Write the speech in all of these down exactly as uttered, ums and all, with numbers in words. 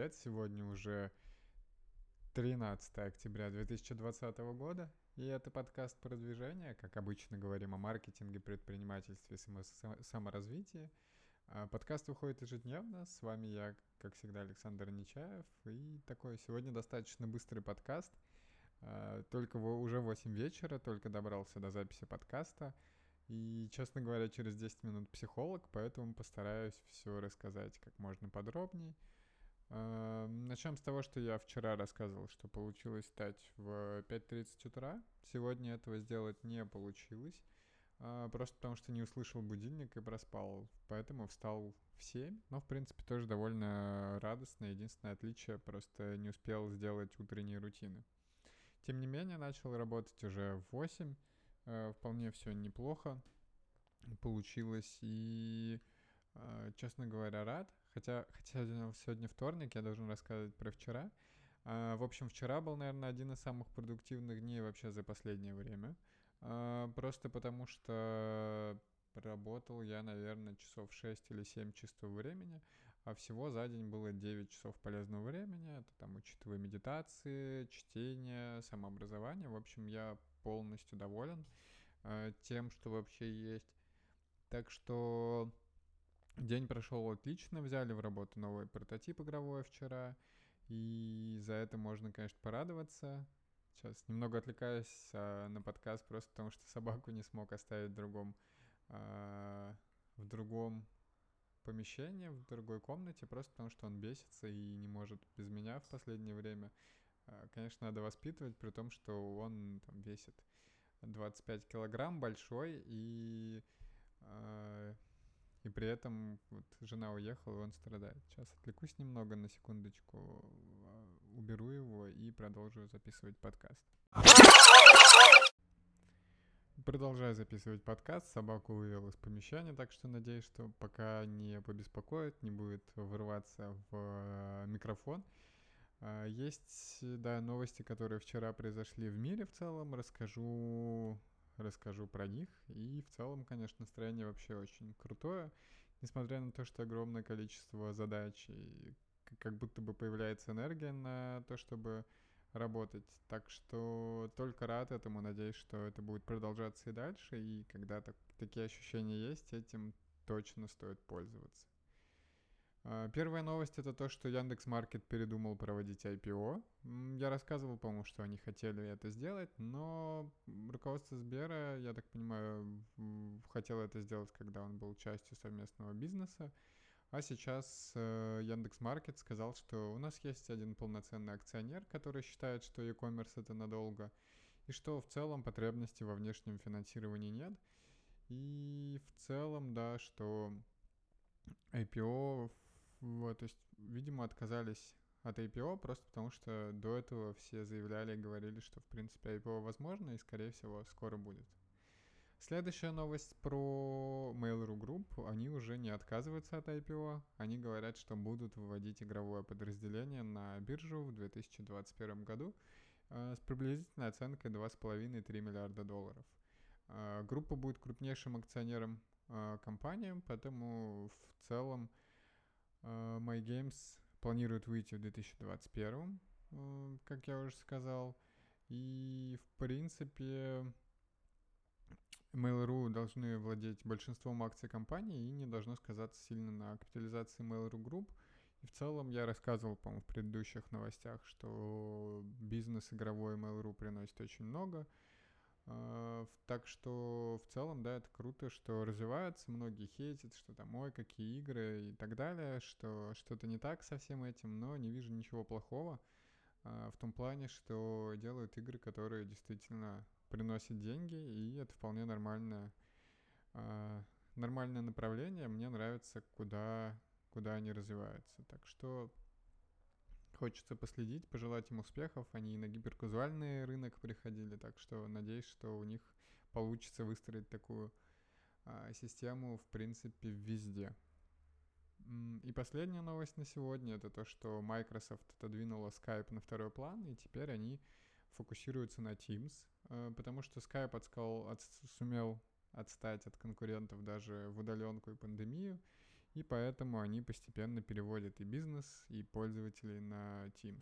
привет! Сегодня уже тринадцатое октября две тысячи двадцатого года, и это подкаст «Продвижение». Как обычно, говорим о маркетинге, предпринимательстве, само- саморазвитии. А, Подкаст выходит ежедневно. С вами я, как всегда, Александр Нечаев. И такой сегодня достаточно быстрый подкаст. А, Только во- уже восемь вечера, только добрался до записи подкаста. И, честно говоря, через десять минут психолог, поэтому постараюсь все рассказать как можно подробнее. А, Начнем с того, что я вчера рассказывал, что получилось встать в пять тридцать утра. Сегодня этого сделать не получилось, а, просто потому что не услышал будильник и проспал. Поэтому встал в семь, но, в принципе, тоже довольно радостно. Единственное отличие, просто не успел сделать утренние рутины. Тем не менее, начал работать уже в восемь. Э, Вполне все неплохо получилось. И а, честно говоря, рад. Хотя, хотя сегодня вторник, я должен рассказывать про вчера. А, В общем, вчера был, наверное, один из самых продуктивных дней вообще за последнее время. А, Просто потому что работал я, наверное, часов шесть или семь чистого времени, а всего за день было девять часов полезного времени. Это там, учитывая медитации, чтение, самообразование. В общем, я полностью доволен а, тем, что вообще есть. Так что день прошел отлично, взяли в работу новый прототип игровой вчера, и за это можно, конечно, порадоваться. Сейчас немного отвлекаюсь а, на подкаст, просто потому что собаку не смог оставить в другом, а, в другом помещении, в другой комнате, просто потому что он бесится и не может без меня в последнее время. А, Конечно, надо воспитывать, при том, что он там весит двадцать пять килограмм, большой, и а, и при этом вот жена уехала, и он страдает. Сейчас отвлекусь немного на секундочку, а, уберу его и продолжу записывать подкаст. Продолжаю записывать подкаст, собаку вывел из помещения, так что надеюсь, что пока не побеспокоит, не будет вырываться в э, микрофон. А, Есть, да, новости, которые вчера произошли в мире в целом, расскажу, расскажу про них. И в целом, конечно, настроение вообще очень крутое, несмотря на то, что огромное количество задач и к- как будто бы появляется энергия на то, чтобы работать. Так что только рад этому, надеюсь, что это будет продолжаться и дальше, и когда так, такие ощущения есть, этим точно стоит пользоваться. А, Первая новость — это то, что Яндекс.Маркет передумал проводить ай пи о. М, Я рассказывал, по-моему, что они хотели это сделать, но руководство Сбера, я так понимаю, м, хотело это сделать, когда он был частью совместного бизнеса. А сейчас э, Яндекс.Маркет сказал, что у нас есть один полноценный акционер, который считает, что e-commerce это надолго, и что в целом потребности во внешнем финансировании нет. И в целом, да, что ай пи о, вот, то есть, видимо, отказались от ай пи о просто потому, что до этого все заявляли и говорили, что, в принципе, ай пи о возможно и, скорее всего, скоро будет. Следующая новость про Mail.ru Group. Они уже не отказываются от ай пи о. Они говорят, что будут выводить игровое подразделение на биржу в две тысячи двадцать первом году э, с приблизительной оценкой два с половиной - три миллиарда долларов. Э, Группа будет крупнейшим акционером э, компании, поэтому в целом э, MyGames планирует выйти в две тысячи двадцать первом, э, как я уже сказал. И, в принципе, Mail.ru должны владеть большинством акций компании и не должно сказаться сильно на капитализации Mail.ru Group. И в целом я рассказывал, по-моему, в предыдущих новостях, что бизнес игровой Mail.ru приносит очень много. А, Так что в целом, да, это круто, что развивается, многие хейтят, что там, ой, какие игры и так далее, что что-то не так со всем этим, но не вижу ничего плохого а, в том плане, что делают игры, которые действительно приносят деньги, и это вполне нормальное, а, нормальное направление. Мне нравится, куда, куда они развиваются. Так что хочется последить, пожелать им успехов. Они и на гиперказуальный рынок приходили, так что надеюсь, что у них получится выстроить такую а, систему, в принципе, везде. И последняя новость на сегодня — это то, что Microsoft отодвинула Skype на второй план, и теперь они фокусируются на Teams, э, потому что Skype отскал, от, сумел отстать от конкурентов даже в удаленку и пандемию, и поэтому они постепенно переводят и бизнес, и пользователей на Teams.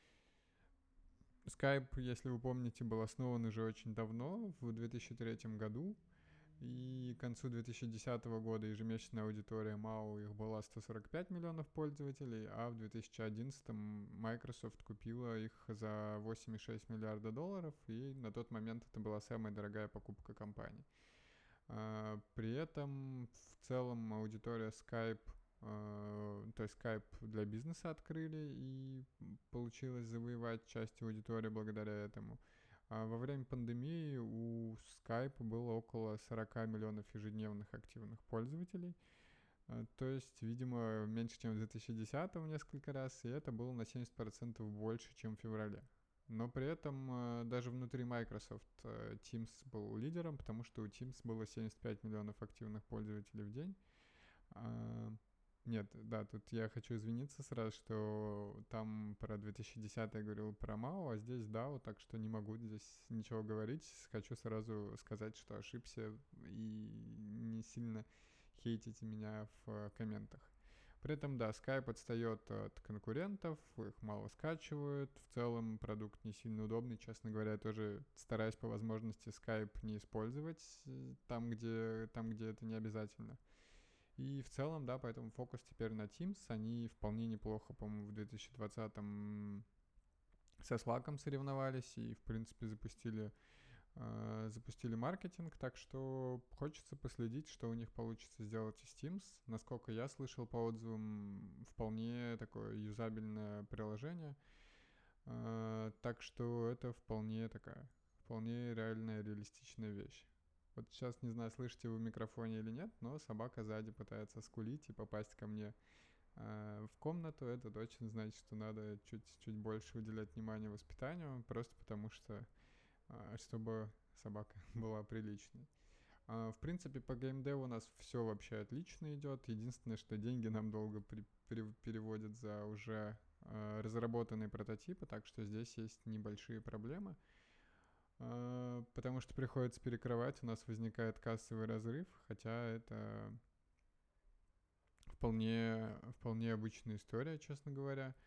Skype, если вы помните, был основан уже очень давно, в две тысячи третьем году, и к концу две тысячи десятого года ежемесячная аудитория МАУ их была сто сорок пять миллионов пользователей, а в две тысячи одиннадцатом Microsoft купила их за восемь целых шесть десятых миллиарда долларов, и на тот момент это была самая дорогая покупка компании. А, при этом в целом аудитория Skype, а, то есть Skype для бизнеса открыли, и получилось завоевать часть аудитории благодаря этому. А во время пандемии у Skype было около сорок миллионов ежедневных активных пользователей. А, то есть, видимо, меньше, чем в две тысячи десятом в несколько раз, и это было на семьдесят процентов больше, чем в феврале. Но при этом э, даже внутри Microsoft э, Teams был лидером, потому что у Teams было семьдесят пять миллионов активных пользователей в день. А, нет, да, тут я хочу извиниться сразу, что там про две тысячи десятый я говорил про МАУ, а здесь дао, так что не могу здесь ничего говорить. Хочу сразу сказать, что ошибся, и не сильно хейтите меня в комментах. При этом, да, Skype отстает от конкурентов, их мало скачивают. В целом продукт не сильно удобный, честно говоря. Я тоже стараюсь по возможности Skype не использовать там, где, там, где это не обязательно. И в целом, да, поэтому фокус теперь на Teams. Они вполне неплохо, по-моему, в две тысячи двадцатом со Slack соревновались и, в принципе, запустили запустили маркетинг, так что хочется последить, что у них получится сделать из Teams. Насколько я слышал по отзывам, вполне такое юзабельное приложение. Так что это вполне такая, вполне реальная, реалистичная вещь. Вот сейчас, не знаю, слышите вы в микрофоне или нет, но собака сзади пытается скулить и попасть ко мне в комнату. Это точно значит, что надо чуть-чуть больше уделять внимание воспитанию, просто потому что чтобы собака была приличной. А, в принципе, по геймдеву у нас все вообще отлично идет. Единственное, что деньги нам долго при, при, переводят за уже а, разработанные прототипы, так что здесь есть небольшие проблемы. А, потому что приходится перекрывать, у нас возникает кассовый разрыв, хотя это вполне, вполне обычная история, честно говоря.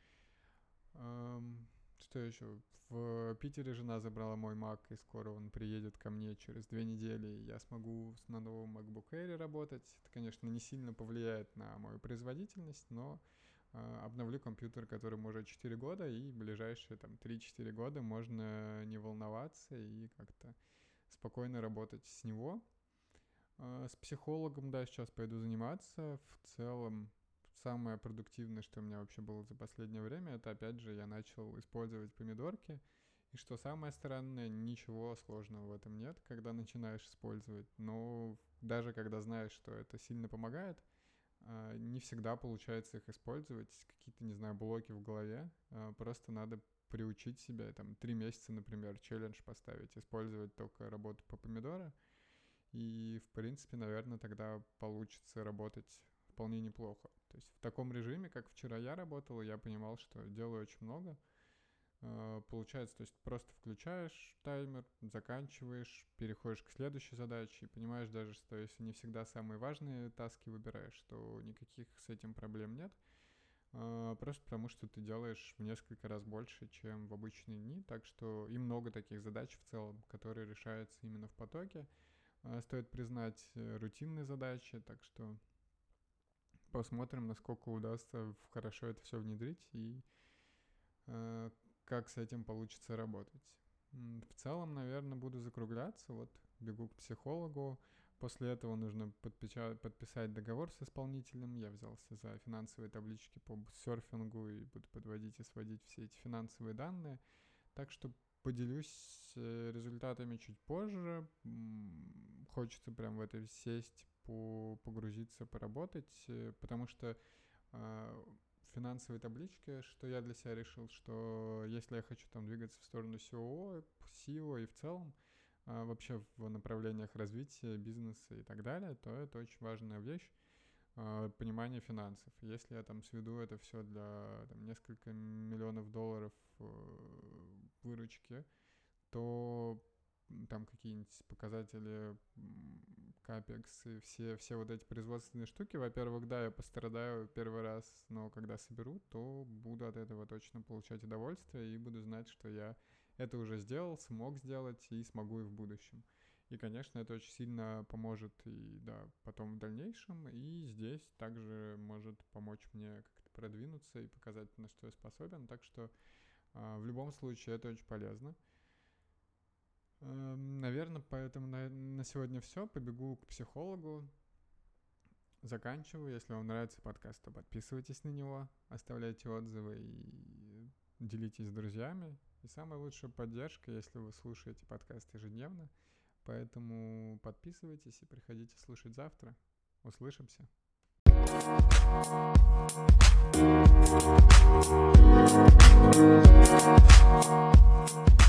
А, что еще? В Питере жена забрала мой Mac, и скоро он приедет ко мне через две недели, и я смогу на новом MacBook Air работать. Это, конечно, не сильно повлияет на мою производительность, но э, обновлю компьютер, которому уже четыре года, и в ближайшие там три-четыре года можно не волноваться и как-то спокойно работать с него. Э, с психологом, да, сейчас пойду заниматься. В целом, самое продуктивное, что у меня вообще было за последнее время, это, опять же, я начал использовать помидорки. И что самое странное, ничего сложного в этом нет, когда начинаешь использовать. Но даже когда знаешь, что это сильно помогает, не всегда получается их использовать. Какие-то, не знаю, блоки в голове. Просто надо приучить себя, там, три месяца, например, челлендж поставить, использовать только работу по помидору. И, в принципе, наверное, тогда получится работать вполне неплохо. То есть в таком режиме, как вчера я работал, я понимал, что делаю очень много. Получается, то есть просто включаешь таймер, заканчиваешь, переходишь к следующей задаче и понимаешь даже, что если не всегда самые важные таски выбираешь, то никаких с этим проблем нет. Просто потому, что ты делаешь в несколько раз больше, чем в обычные дни. Так что и много таких задач в целом, которые решаются именно в потоке. Стоит признать рутинные задачи, так что посмотрим, насколько удастся хорошо это все внедрить и э, как с этим получится работать. В целом, наверное, буду закругляться. Вот бегу к психологу. После этого нужно подпеча- подписать договор с исполнителем. Я взялся за финансовые таблички по серфингу и буду подводить и сводить все эти финансовые данные. Так что поделюсь результатами чуть позже. Хочется прям в это сесть, погрузиться, поработать, потому что э, финансовые таблички, что я для себя решил, что если я хочу там двигаться в сторону си о о, си и о и в целом э, вообще в направлениях развития бизнеса и так далее, то это очень важная вещь. Понимание финансов. Если я там сведу это все для там, несколько миллионов долларов э, выручки, то там какие-нибудь показатели капекс и все, все вот эти производственные штуки, во-первых, да, я пострадаю первый раз, но когда соберу, то буду от этого точно получать удовольствие и буду знать, что я это уже сделал, смог сделать и смогу и в будущем. И, конечно, это очень сильно поможет и, да, потом в дальнейшем, и здесь также может помочь мне как-то продвинуться и показать, на что я способен, так что а, в любом случае это очень полезно. Наверное, поэтому на, на сегодня все. Побегу к психологу. Заканчиваю. Если вам нравится подкаст, то подписывайтесь на него, оставляйте отзывы и делитесь с друзьями. И самая лучшая поддержка, если вы слушаете подкаст ежедневно. Поэтому подписывайтесь и приходите слушать завтра. Услышимся. Thank you.